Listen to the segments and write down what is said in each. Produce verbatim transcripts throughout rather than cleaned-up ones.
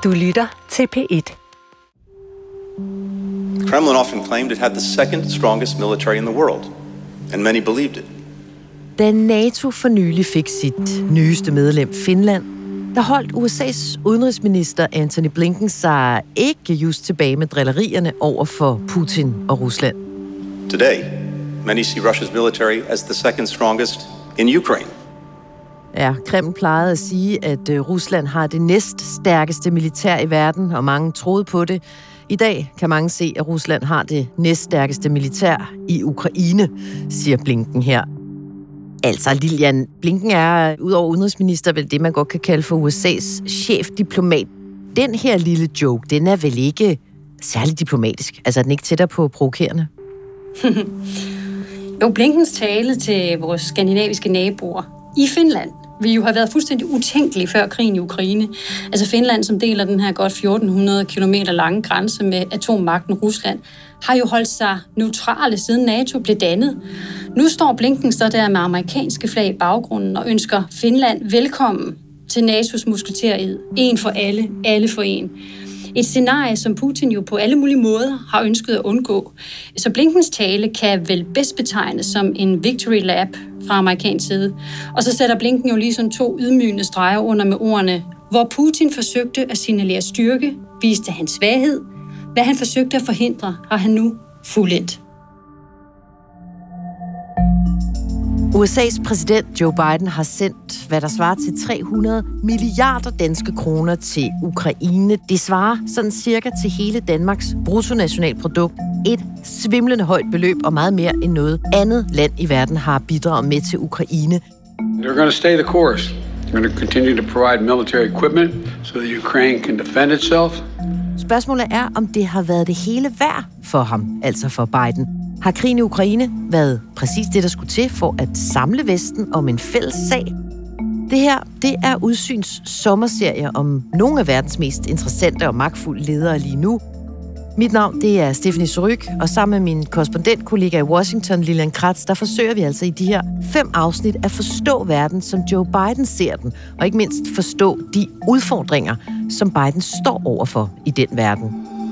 Du lytter til P et. Kremlin often claimed it had the second strongest military in the world, and many believed it. Da NATO for nylig fik sit nyeste medlem, Finland, der holdt U S A's udenrigsminister Antony Blinken sig ikke just tilbage med drillerierne over for Putin og Rusland. Today, many see Russia's military as the second strongest in Ukraine. Ja, Kreml plejede at sige, at Rusland har det næststærkeste militær i verden, og mange troede på det. I dag kan mange se, at Rusland har det næststærkeste militær i Ukraine, siger Blinken her. Altså, Lilian, Blinken er, udover udenrigsminister, vel det, man godt kan kalde for U S A's chefdiplomat. Den her lille joke, den er vel ikke særlig diplomatisk? Altså, er den ikke tættere på provokerende? Jo, Blinkens tale til vores skandinaviske naboer i Finland ville jo have været fuldstændig utænkelig før krigen i Ukraine. Altså Finland, som deler den her godt fjorten hundrede kilometer lange grænse med atommagten Rusland, har jo holdt sig neutrale siden NATO blev dannet. Nu står Blinken så der med amerikanske flag i baggrunden og ønsker Finland velkommen til NATO's musketered. En for alle, alle for en. Et scenarie, som Putin jo på alle mulige måder har ønsket at undgå. Så Blinkens tale kan vel bedst betegnes som en victory lap fra amerikansk side. Og så sætter Blinken jo lige sådan to ydmygende streger under med ordene, hvor Putin forsøgte at signalere styrke, viste hans svaghed. Hvad han forsøgte at forhindre, har han nu fuldendt. U S A's præsident Joe Biden har sendt, hvad der svarer til tre hundrede milliarder danske kroner til Ukraine. Det svarer sådan cirka til hele Danmarks bruttonationalprodukt. Et svimlende højt beløb og meget mere end noget andet land i verden har bidraget med til Ukraine. They're going to stay the course. They're going to continue to provide military equipment so that Ukraine can defend itself. Spørgsmålet er, om det har været det hele værd for ham, altså for Biden. Har krigen i Ukraine været præcis det, der skulle til for at samle Vesten om en fælles sag? Det her, det er Udsyns sommerserie om nogle af verdens mest interessante og magtfulde ledere lige nu. Mit navn, det er Stephanie Surrugue, og sammen med min korrespondentkollega i Washington, Lilian Kratz, der forsøger vi altså i de her fem afsnit at forstå verden, som Joe Biden ser den, og ikke mindst forstå de udfordringer, som Biden står overfor i den verden.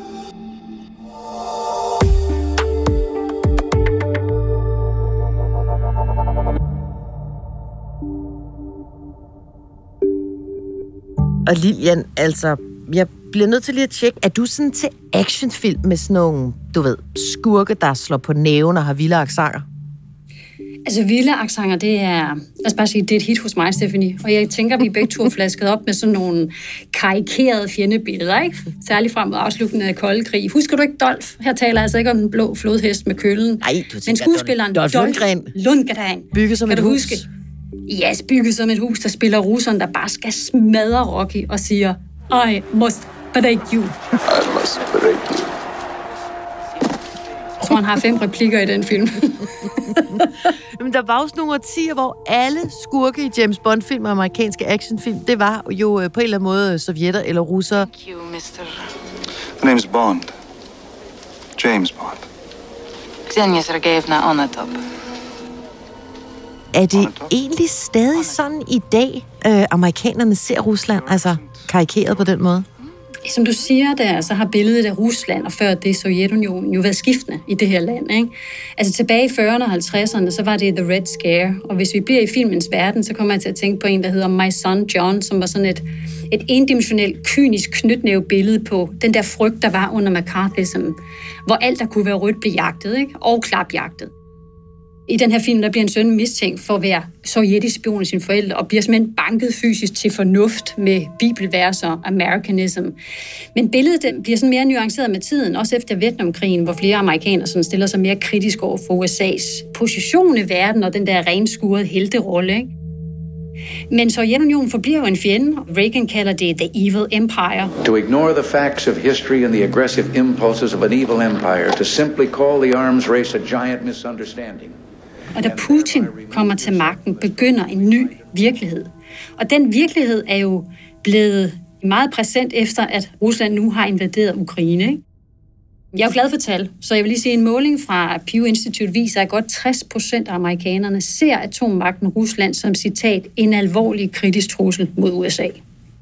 Og Lilian, altså, jeg bliver nødt til lige at tjekke, er du sådan til actionfilm med sådan nogle, du ved, skurke, der slår på næven og har vilde accenter? Altså, vilde accenter, det er, lad os bare sige, det er et hit hos mig, Stephanie. Og jeg tænker, vi begge to er flasket op med sådan nogle karikerede fjendebilleder, ikke? Særligt frem mod afslutningen af kolde krig. Husker du ikke Dolph? Her taler jeg altså ikke om den blå flodhest med kølen. Nej, du tænker, men skuespilleren Dolph Lundgren. Lundgren. Bygget som kan et du hus. Huske? Yes, bygget som et hus, der spiller russeren, der bare skal smadre Rocky og siger, I must break you. I must break you. Jeg tror, han har fem replikker i den film. Men der var også nogle årtier, hvor alle skurke i James Bond-film og amerikanske actionfilm, det var jo på en eller anden måde sovjetter eller russere. Thank you, mister The name is Bond. James Bond. Ksenia Sergeyevna Onatop. Er det egentlig stadig sådan i dag, øh, amerikanerne ser Rusland, altså karikeret på den måde? Som du siger der, så har billedet af Rusland og før det Sovjetunionen jo været skiftende i det her land, ikke? Altså tilbage i fyrrerne og halvtredserne, så var det The Red Scare, og hvis vi bliver i filmens verden, så kommer jeg til at tænke på en, der hedder My Son John, som var sådan et, et endimensionelt, kynisk knytnævebillede på den der frygt, der var under McCarthyism, hvor alt, der kunne være rødt, blev jagtet, ikke? Og klapjagtet. I den her film, der bliver en søn mistænkt for at være sovjetisk spion af sine forældre, og bliver simpelthen banket fysisk til fornuft med bibelverser, Americanism. Men billedet bliver sådan mere nuanceret med tiden, også efter Vietnamkrigen, hvor flere amerikanere sådan stiller sig mere kritisk over for U S A's position i verden, og den der renskurede helterolle, ikke? Men Sovjetunionen forbliver jo en fjende. Reagan kalder det The Evil Empire. To ignore the facts of history and the aggressive impulses of an evil empire, to simply call the arms race a giant misunderstanding. Og da Putin kommer til magten, begynder en ny virkelighed. Og den virkelighed er jo blevet meget præsent efter, at Rusland nu har invaderet Ukraine, ikke? Jeg er jo glad for tal, så jeg vil lige sige, en måling fra Pew Institute viser, at godt tres procent af amerikanerne ser atommagten Rusland som, citat, en alvorlig kritisk trussel mod U S A.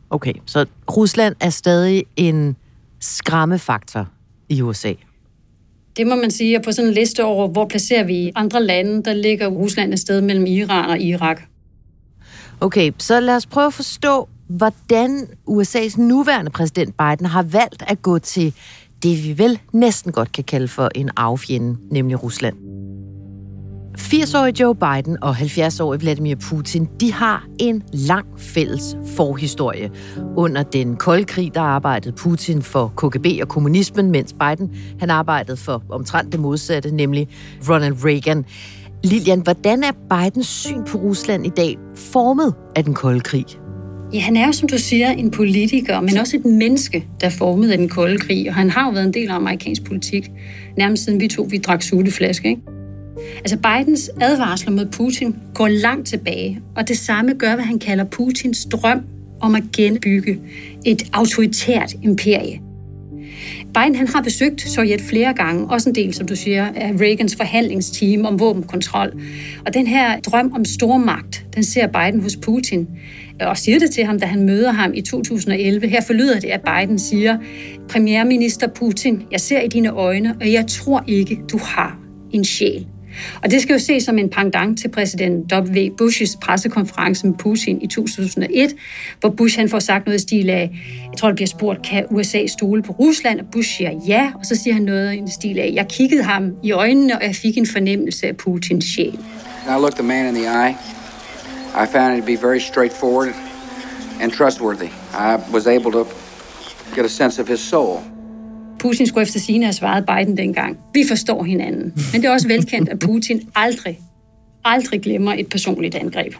Okay, så Rusland er stadig en skræmmefaktor i U S A. Det må man sige, at på sådan en liste over, hvor placerer vi andre lande, der ligger Rusland et sted mellem Iran og Irak. Okay, så lad os prøve at forstå, hvordan U S A's nuværende præsident Biden har valgt at gå til det, vi vel næsten godt kan kalde for en arvefjende, nemlig Rusland. firs-årige Joe Biden og halvfjerds-årige Vladimir Putin, de har en lang fælles forhistorie. Under den kolde krig, der arbejdede Putin for K G B og kommunismen, mens Biden han arbejdede for omtrent det modsatte, nemlig Ronald Reagan. Lilian, hvordan er Bidens syn på Rusland i dag formet af den kolde krig? Ja, han er jo, som du siger, en politiker, men også et menneske, der er formet af den kolde krig, og han har jo været en del af amerikansk politik, nærmest siden vi to vi drak sutteflaske, ikke? Altså Bidens advarsler mod Putin går langt tilbage, og det samme gør, hvad han kalder Putins drøm om at genbygge et autoritært imperie. Biden han har besøgt Sovjet flere gange, også en del, som du siger, af Reagans forhandlingsteam om våbenkontrol. Og den her drøm om stormagt, den ser Biden hos Putin, og siger det til ham, da han møder ham i to tusind og elleve. Her forlyder det, at Biden siger, premierminister Putin, jeg ser i dine øjne, og jeg tror ikke, du har en sjæl. Og det skal jo ses som en pendant til præsident W. Bush's pressekonference med Putin i to tusind og et, hvor Bush han får sagt noget i stil af, jeg tror, det bliver spurgt, kan U S A stole på Rusland? Og Bush siger ja, og så siger han noget i stil af, jeg kiggede ham i øjnene, og jeg fik en fornemmelse af Putins sjæl. I looked the man in the eye. I found it to be very straightforward and trustworthy. I was able to get a sense of his soul. Putin skulle efter sigende have svaret Biden dengang. Vi forstår hinanden. Men det er også velkendt, at Putin aldrig, aldrig glemmer et personligt angreb.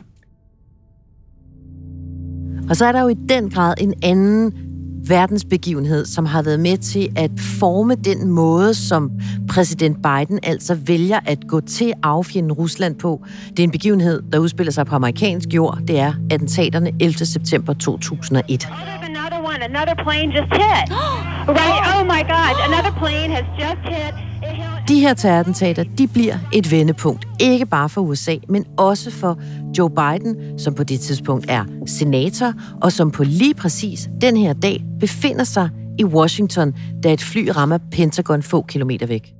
Og så er der jo i den grad en anden verdensbegivenhed, som har været med til at forme den måde, som præsident Biden altså vælger at gå til affjenden Rusland på. Det er en begivenhed, der udspiller sig på amerikansk jord. Det er attentaterne ellevte september to tusind og et. Another plane just hit. Right? Oh my God! Another plane has just hit. De her terrorattentater, de bliver et vendepunkt. Ikke bare for U S A, men også for Joe Biden, som på det tidspunkt er senator, og som på lige præcis den her dag befinder sig i Washington, da et fly rammer Pentagon få kilometer væk.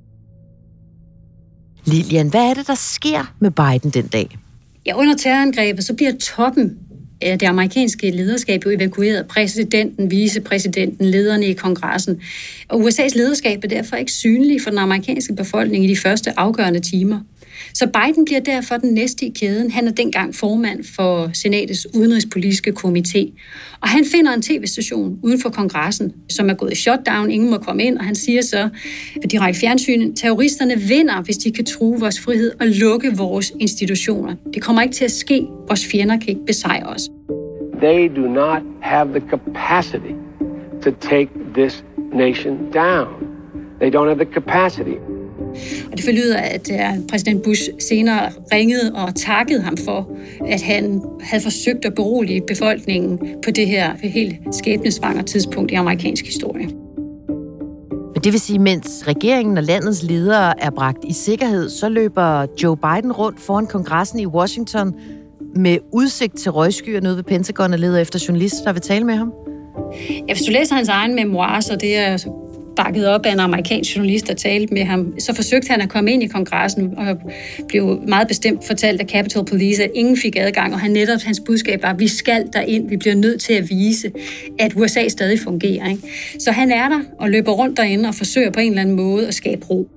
Lilian, hvad er det, der sker med Biden den dag? Ja, under terrorangrebet, så bliver toppen af det amerikanske lederskab jo evakueret. Præsidenten, vicepræsidenten, lederne i kongressen. Og U S A's lederskab er derfor ikke synlig for den amerikanske befolkning i de første afgørende timer. Så Biden bliver derfor den næste i kæden. Han er dengang formand for senatets udenrigspolitiske komité. Og han finder en tv-station uden for kongressen, som er gået i shutdown. Ingen må komme ind, og han siger så ved direkte fjernsyn, terroristerne vinder, hvis de kan true vores frihed og lukke vores institutioner. Det kommer ikke til at ske. Vores fjender kan ikke besejre os. They do not have the capacity to take this nation down. They don't have the capacity. Og det forlyder, at præsident Bush senere ringede og takkede ham for, at han havde forsøgt at berolige befolkningen på det her helt skæbnesvangre tidspunkt i amerikansk historie. Men det vil sige, mens regeringen og landets ledere er bragt i sikkerhed, så løber Joe Biden rundt foran kongressen i Washington med udsigt til røgskyer nede ved Pentagon og leder efter journalister, der vil tale med ham. Ja, hvis du læser hans egen memoir, så det er bakket op af en amerikansk journalist, der talte med ham, så forsøgte han at komme ind i kongressen og blev meget bestemt fortalt af Capitol Police, at ingen fik adgang, og han netop hans budskab var, at vi skal derind, vi bliver nødt til at vise, at U S A stadig fungerer. Ikke? Så han er der og løber rundt derinde og forsøger på en eller anden måde at skabe ro.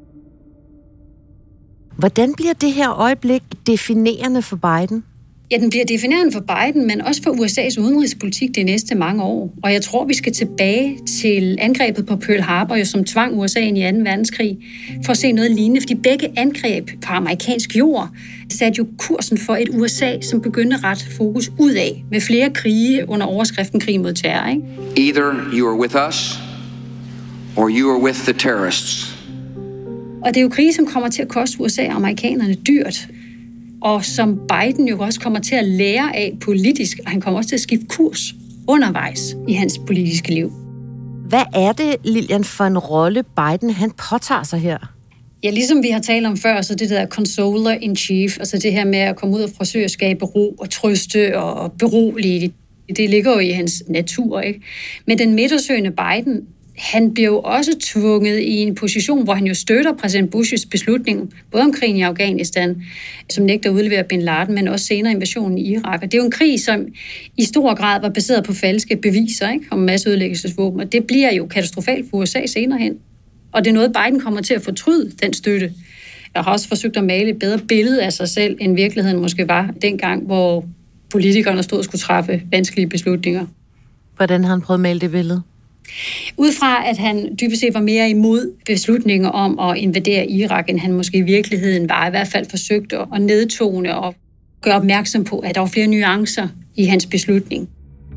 Hvordan bliver det her øjeblik definerende for Biden? Ja, den bliver definerende for Biden, men også for U S A's udenrigspolitik de næste mange år. Og jeg tror, vi skal tilbage til angrebet på Pearl Harbor, som tvang U S A ind i anden verdenskrig, for at se noget lignende. Fordi begge angreb på amerikansk jord satte jo kursen for et U S A, som begyndte at rette fokus udad med flere krige under overskriften krig mod terror. Ikke? Either you are with us, or you are with the terrorists. Og det er jo krige, som kommer til at koste U S A og amerikanerne dyrt, og som Biden jo også kommer til at lære af politisk, og han kommer også til at skifte kurs undervejs i hans politiske liv. Hvad er det, Lilian, for en rolle Biden han påtager sig her? Ja, ligesom vi har talt om før, så det der consoler in chief, altså det her med at komme ud og forsøge at skabe ro og trøste og berolige Det ligger jo i hans natur, ikke? Men den midtersøgende Biden, han bliver jo også tvunget i en position, hvor han jo støtter præsident Bushs beslutning, både om krigen i Afghanistan, som nægter at udlevere Bin Laden, men også senere invasionen i Irak. Og det er jo en krig, som i stor grad var baseret på falske beviser, ikke? Om masseødelæggelsesvåben, og det bliver jo katastrofalt for U S A senere hen. Og det er noget, Biden kommer til at fortryde, den støtte. Jeg har også forsøgt at male et bedre billede af sig selv, end virkeligheden måske var dengang, hvor politikerne stod og skulle træffe vanskelige beslutninger. Hvordan har han prøvet at male det billede? Ud fra, at han dybest set var mere imod beslutninger om at invadere Irak, end han måske i virkeligheden var, i hvert fald forsøgt at nedtone og gøre opmærksom på, at der var flere nuancer i hans beslutning.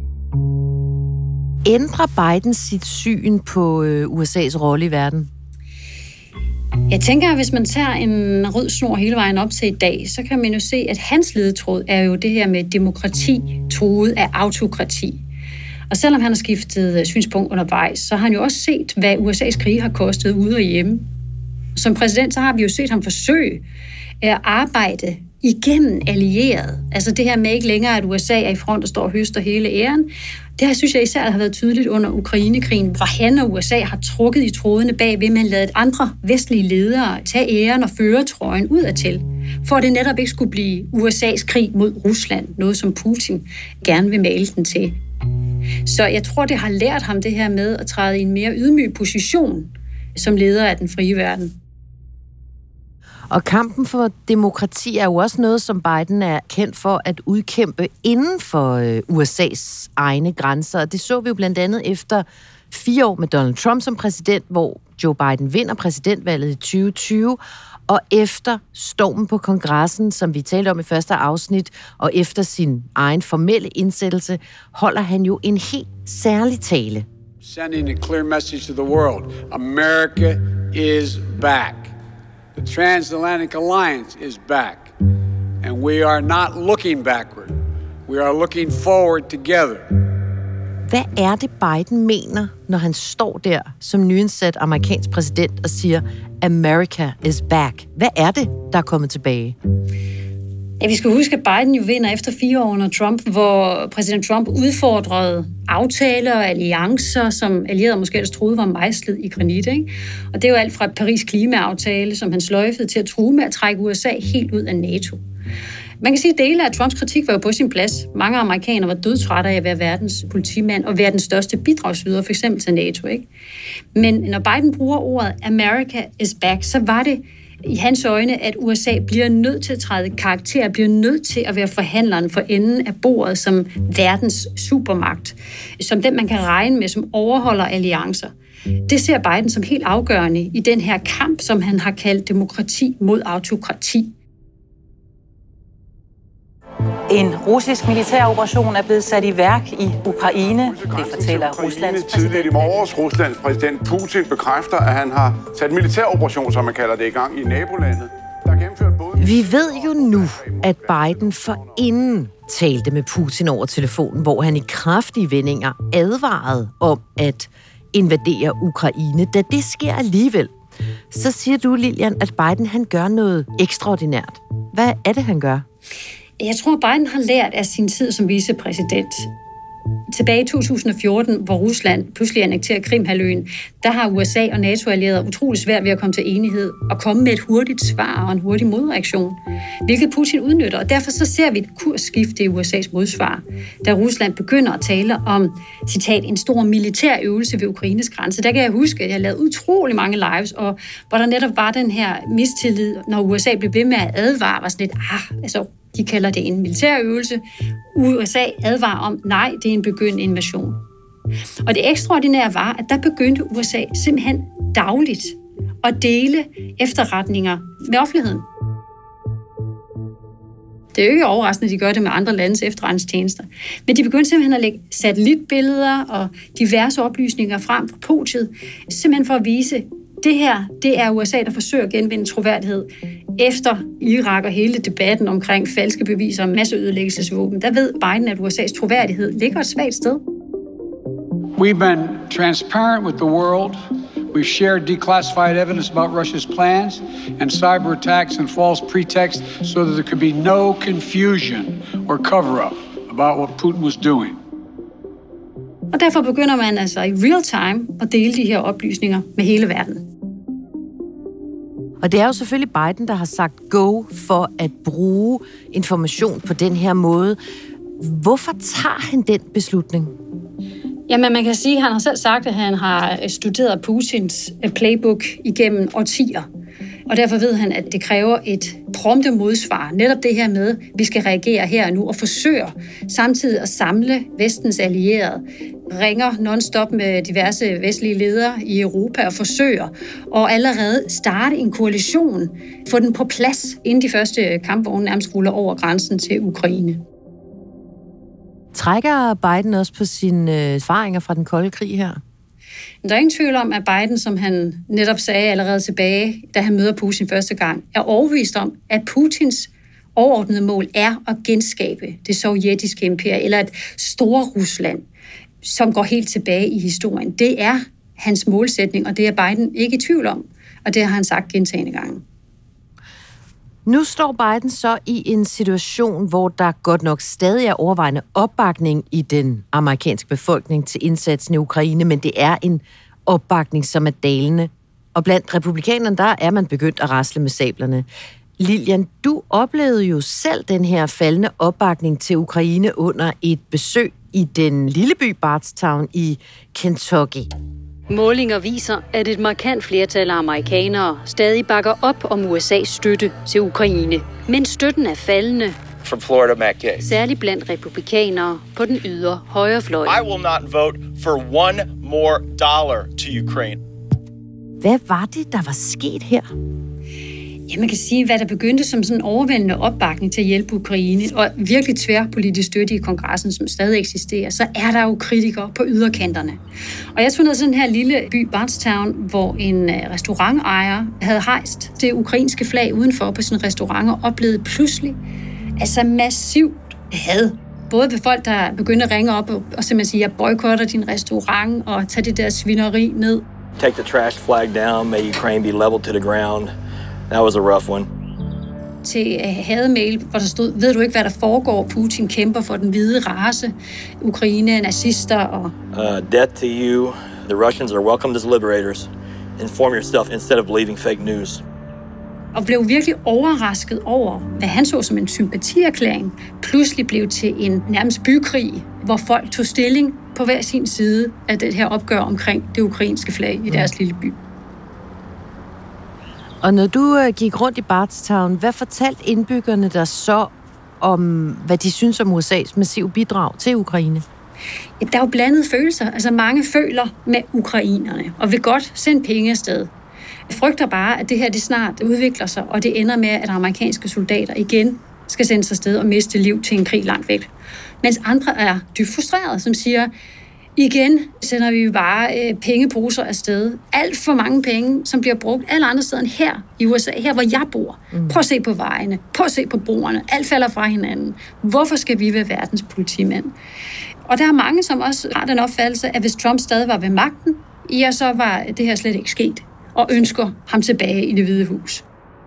Ændrer Biden sit syn på U S A's rolle i verden? Jeg tænker, at hvis man tager en rød snor hele vejen op til i dag, så kan man jo se, at hans ledetråd er jo det her med demokrati, truet af autokrati. Og selvom han har skiftet synspunkt undervejs, så har han jo også set, hvad U S A's krige har kostet ude og hjemme. Som præsident, så har vi jo set ham forsøge at arbejde igennem allieret. Altså det her med ikke længere, at U S A er i front og står og høster hele æren. Det her synes jeg især har været tydeligt under Ukrainekrigen, hvor han og U S A har trukket i trådene bag, ved man ladet andre vestlige ledere tage æren og føretrøjen udadtil, for at det netop ikke skulle blive U S A's krig mod Rusland, noget som Putin gerne vil male den til. Så jeg tror, det har lært ham det her med at træde i en mere ydmyg position som leder af den frie verden. Og kampen for demokrati er jo også noget, som Biden er kendt for at udkæmpe inden for U S A's egne grænser. Og det så vi jo blandt andet efter fire år med Donald Trump som præsident, hvor Joe Biden vinder præsidentvalget i tyve tyve, og efter stormen på kongressen, som vi talte om i første afsnit, og efter sin egen formelle indsættelse, holder han jo en helt særlig tale. Sending a clear message to the world. America is back. The transatlantic alliance is back. And we are not looking backward. We are looking forward together. Hvad er det, Biden mener, når han står der som nyindsat amerikansk præsident og siger, America is back? Hvad er det, der er kommet tilbage? Ja, vi skal huske, at Biden jo vinder efter fire år under Trump, hvor præsident Trump udfordrede aftaler og alliancer, som allierede måske ellers troede var mejslet i granit, ikke? Og det er jo alt fra Paris klimaaftale, som han sløjfede, til at true med at trække U S A helt ud af NATO. Man kan sige, at dele af Trumps kritik var jo på sin plads. Mange amerikanere var dødtrætte af at være verdens politimand og være den største bidragsyder, for eksempel til NATO, ikke? Men når Biden bruger ordet America is back, så var det i hans øjne, at U S A bliver nødt til at træde karakter, bliver nødt til at være forhandleren for enden af bordet som verdens supermagt, som den, man kan regne med, som overholder alliancer. Det ser Biden som helt afgørende i den her kamp, som han har kaldt demokrati mod autokrati. En russisk militæroperation er blevet sat i værk i Ukraine. Det fortæller Ruslands præsident. Tidligt i morges, Ruslands præsident Putin bekræfter, at han har sat en militæroperation, som man kalder det, i gang i nabolandet. Der er gennemført både... Vi ved jo nu, at Biden forinden talte med Putin over telefonen, hvor han i kraftige vendinger advarede om at invadere Ukraine. Da det sker alligevel, så siger du, Lilian, at Biden han gør noget ekstraordinært. Hvad er det, han gør? Jeg tror, Biden har lært af sin tid som vicepræsident. Tilbage i to tusind og fjorten, hvor Rusland pludselig annekterer Krimhalvøen, der har U S A og NATO-allierede utrolig svært ved at komme til enighed og komme med et hurtigt svar og en hurtig modreaktion, hvilket Putin udnytter. Og derfor så ser vi et kursskifte i U S A's modsvar, da Rusland begynder at tale om, citat, en stor militær øvelse ved Ukraines grænse. Der kan jeg huske, at jeg lavede utrolig mange lives, og hvor der netop var den her mistillid, når U S A blev ved med at advare, var sådan lidt, ah, altså, de kalder det en militærøvelse. U S A advarer om, nej, det er en begyndende invasion. Og det ekstraordinære var, at der begyndte U S A simpelthen dagligt at dele efterretninger med offentligheden. Det er jo ikke overraskende, at de gør det med andre landes efterretningstjenester. Men de begyndte simpelthen at lægge satellitbilleder og diverse oplysninger frem fra podiet, simpelthen for at vise, det her, det er U S A, der forsøger at genvinde troværdighed efter Irak og hele debatten omkring falske beviser og masseødelæggelsesvåben. Der ved Biden, at U S A's troværdighed ligger et svagt sted. We've been transparent with the world. We've shared declassified evidence about Russia's plans and cyber attacks and false pretext so that there could be no confusion or cover-up about what Putin was doing. Og derfor begynder man altså i real time at dele de her oplysninger med hele verden. Og det er jo selvfølgelig Biden, der har sagt go for at bruge information på den her måde. Hvorfor tager han den beslutning? Jamen, man kan sige, at han har selv sagt, at han har studeret Putins playbook igennem årtier. Og derfor ved han, at det kræver et prompte modsvar. Netop det her med, at vi skal reagere her og nu og forsøge samtidig at samle vestens allierede. Ringer non-stop med diverse vestlige ledere i Europa og forsøger og allerede starte en koalition. Få den på plads, inden de første kampvogne nærmest ruller over grænsen til Ukraine. Trækker Biden også på sine erfaringer fra den kolde krig her? Der er ingen tvivl om, at Biden, som han netop sagde allerede tilbage, da han møder Putin første gang, er overbevist om, at Putins overordnede mål er at genskabe det sovjetiske imperium, eller et store Rusland, som går helt tilbage i historien. Det er hans målsætning, og det er Biden ikke i tvivl om, og det har han sagt gentagne gange. Nu står Biden så i en situation, hvor der godt nok stadig er overvejende opbakning i den amerikanske befolkning til indsatsen i Ukraine, men det er en opbakning, som er dalende. Og blandt republikanerne, der er man begyndt at rasle med sablerne. Lilian, du oplevede jo selv den her faldende opbakning til Ukraine under et besøg i den lille by Bardstown i Kentucky. Målinger viser, at et markant flertal af amerikanere stadig bakker op om U S A's støtte til Ukraine. Men støtten er faldende. From Florida, Matt Gay. Særligt blandt republikanere på den ydre højrefløj. I will not vote for one more dollar to Ukraine. Hvad var det, der var sket her? Ja, man kan sige, hvad der begyndte som sådan en overvældende opbakning til at hjælpe Ukraine, og virkelig tværpolitisk støtte i kongressen, som stadig eksisterer, så er der jo kritikere på yderkanterne. Og jeg tog ned til den her lille by, Bardstown, hvor en restaurantejer havde hejst det ukrainske flag udenfor på sin restaurant, og oplevede pludselig altså massivt had. Både ved folk, der begyndte at ringe op og, og simpelthen sige, jeg boykotter din restaurant, og tage det der svineri ned. Take the trash flag down, may Ukraine be leveled to the ground. That was a rough one. Til hademail, hvor der stod, ved du ikke, hvad der foregår? Putin kæmper for den hvide race. Ukraine, nazister og... Uh, death to you. The Russians are welcomed as liberators. Inform yourself instead of believing fake news. Og blev virkelig overrasket over, hvad han så som en sympatierklæring, pludselig blev til en nærmest bykrig, hvor folk tog stilling på hver sin side af det her opgør omkring det ukrainske flag i deres lille by. Og når du øh, gik rundt i Bardstown, hvad fortalte indbyggerne der så om, hvad de synes om U S A's massive bidrag til Ukraine? Ja, der er jo blandede følelser. Altså mange føler med ukrainerne og vil godt sende penge afsted. Jeg frygter bare, at det her det snart udvikler sig, og det ender med, at amerikanske soldater igen skal sendes afsted og miste liv til en krig langt væk. Mens andre er dybt frustrerede, som siger, igen sender vi bare øh, pengeposer afsted. Alt for mange penge, som bliver brugt alle andre steder end her i U S A, her hvor jeg bor. Prøv at se på vejene, prøv at se på broerne. Alt falder fra hinanden. Hvorfor skal vi være verdens politimænd? Og der er mange, som også har den opfattelse, at hvis Trump stadig var ved magten, ja, så var det her slet ikke sket, og ønsker ham tilbage i Det Hvide Hus.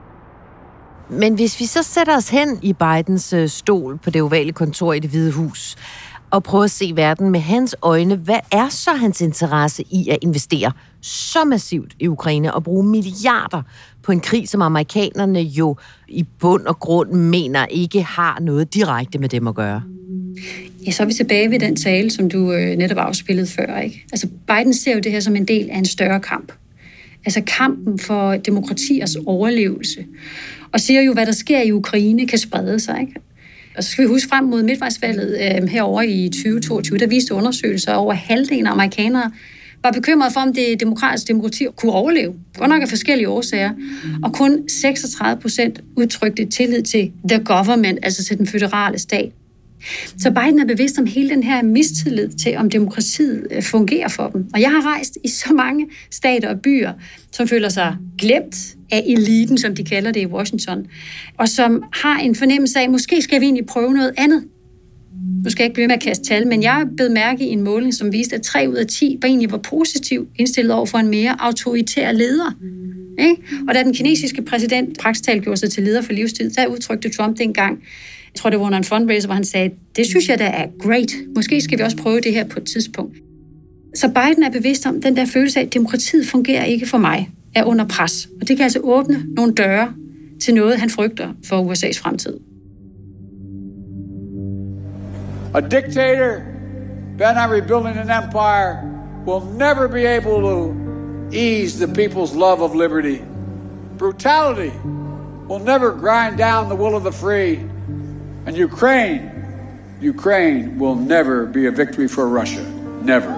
Men hvis vi så sætter os hen i Bidens stol på det ovale kontor i Det Hvide Hus, og prøve at se verden med hans øjne, hvad er så hans interesse i at investere så massivt i Ukraine og bruge milliarder på en krig, som amerikanerne jo i bund og grund mener ikke har noget direkte med dem at gøre? Ja, så er vi tilbage ved den tale, som du øh, netop afspillede før, ikke? Altså, Biden ser jo det her som en del af en større kamp. Altså kampen for demokratiers overlevelse. Og siger jo, hvad der sker i Ukraine, kan sprede sig, ikke? Og så skal vi huske frem mod midtvejsvalget øh, herovre i tyve toogtyve, der viste undersøgelser, at over halvdelen af amerikanere var bekymret for, om det demokratiske demokrati kunne overleve. Godt nok af forskellige årsager. Og kun seksogtredive procent udtrykte tillid til the government, altså til den føderale stat. Så Biden er bevidst om hele den her mistillid til, om demokratiet fungerer for dem. Og jeg har rejst i så mange stater og byer, som føler sig glemt af eliten, som de kalder det i Washington, og som har en fornemmelse af, måske skal vi egentlig prøve noget andet. Nu skal jeg ikke blive med at kaste tal, men jeg blev mærke i en måling, som viste, at tre ud af ti var egentlig var positivt indstillet over for en mere autoritær leder. Ikke? Og da den kinesiske præsident praktisk talt gjorde sig til leder for livstid, der udtrykte Trump dengang, jeg tror, det var under en fundraiser, hvor han sagde, det synes jeg da er great. Måske skal vi også prøve det her på et tidspunkt. Så Biden er bevidst om den der følelse af, at demokratiet fungerer ikke for mig, er under pres. Og det kan altså åbne nogle døre til noget, han frygter for U S A's fremtid. A dictator bent on rebuilding an empire will never be able to ease the people's love of liberty. Brutality will never grind down the will of the free. And Ukraine, Ukraine will never be a victory for Russia. Never.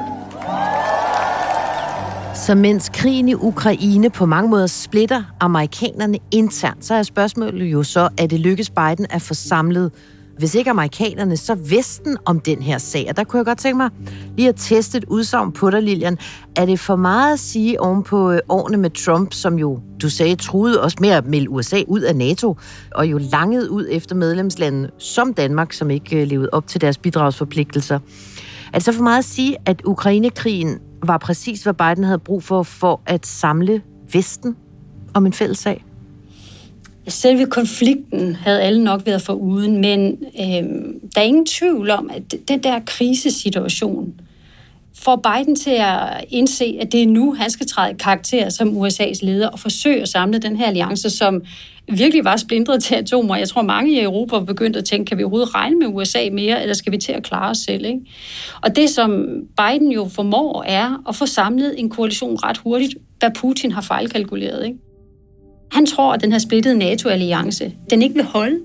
Så mens krigen i Ukraine på mange måder splitter amerikanerne internt, så er spørgsmålet jo så, at det lykkes Biden at få samlet, hvis ikke amerikanerne, så Vesten om den her sag. Og der kunne jeg godt tænke mig lige at teste et udsagn på dig, Lilian. Er det for meget at sige oven på årene med Trump, som jo, du sagde, truede også med at melde U S A ud af NATO, og jo langede ud efter medlemslandene som Danmark, som ikke levede op til deres bidragsforpligtelser? Er det så for meget at sige, at Ukrainekrigen var præcis, hvad Biden havde brug for, for at samle Vesten om en fælles sag? Selve konflikten havde alle nok været foruden, men øh, der er ingen tvivl om, at den der krisesituation får Biden til at indse, at det er nu, han skal træde karakter som U S A's leder og forsøge at samle den her alliance, som virkelig var splintret til atomer. Jeg tror, mange i Europa var begyndt at tænke, kan vi overhovedet regne med U S A mere, eller skal vi til at klare os selv? Ikke? Og det, som Biden jo formår, er at få samlet en koalition ret hurtigt, hvad Putin har fejlkalkuleret. Ikke? Han tror, at den her splittede NATO-alliance, den ikke vil holde.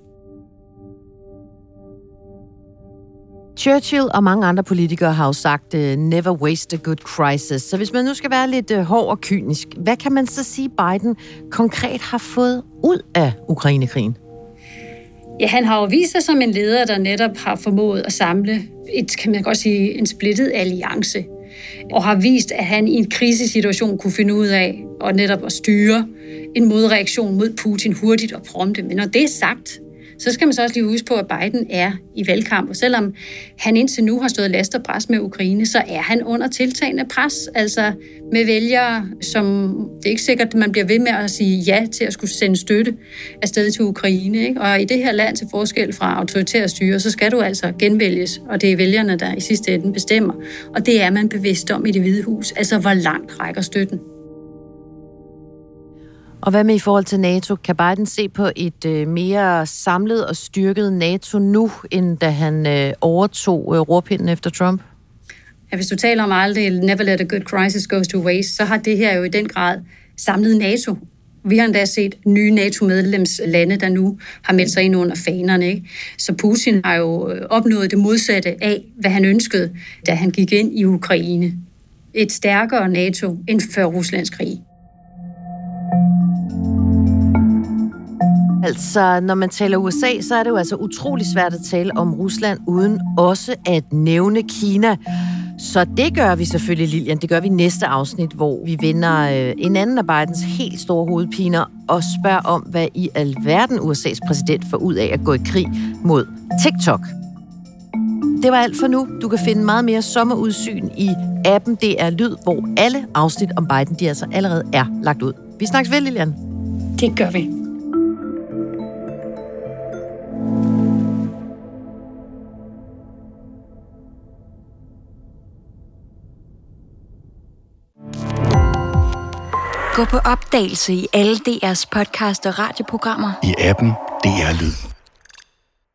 Churchill og mange andre politikere har jo sagt, uh, never waste a good crisis. Så hvis man nu skal være lidt uh, hård og kynisk, hvad kan man så sige, Biden konkret har fået ud af Ukrainekrigen? Ja, han har jo vist sig som en leder, der netop har formået at samle et, kan man godt sige, en splittet alliance. Og har vist, at han i en krisesituation kunne finde ud af og netop at styre en modreaktion mod Putin hurtigt og prompte. Men når det er sagt, så skal man så også lige huske på, at Biden er i valgkamp. Og selvom han indtil nu har stået last og pres med Ukraine, så er han under tiltagende pres. Altså med vælgere, som det er ikke sikkert, at man bliver ved med at sige ja til at skulle sende støtte afsted til Ukraine. Ikke? Og i det her land, til forskel fra autoritære styre, så skal du altså genvælges. Og det er vælgerne, der i sidste ende bestemmer. Og det er man bevidst om i Det Hvide Hus. Altså hvor langt rækker støtten. Og hvad med i forhold til NATO? Kan Biden se på et øh, mere samlet og styrket NATO nu, end da han øh, overtog øh, rorpinden efter Trump? Ja, hvis du taler om aldrig never let a good crisis goes to waste, så har det her jo i den grad samlet NATO. Vi har endda set nye NATO-medlemslande, der nu har meldt sig ind under fanerne. Ikke? Så Putin har jo opnået det modsatte af, hvad han ønskede, da han gik ind i Ukraine. Et stærkere NATO end før Ruslands krig. Altså, når man taler U S A, så er det jo altså utrolig svært at tale om Rusland, uden også at nævne Kina. Så det gør vi selvfølgelig, Lilian. Det gør vi i næste afsnit, hvor vi vender en anden af Bidens helt store hovedpiner og spørger om, hvad i alverden U S A's præsident får ud af at gå i krig mod TikTok. Det var alt for nu. Du kan finde meget mere sommerudsyn i appen D R Lyd, hvor alle afsnit om Biden, de altså allerede er lagt ud. Vi snakkes ved, Lilian. Det gør vi. Gå på opdagelse i alle D R's podcast og radioprogrammer. I appen D R Lyd.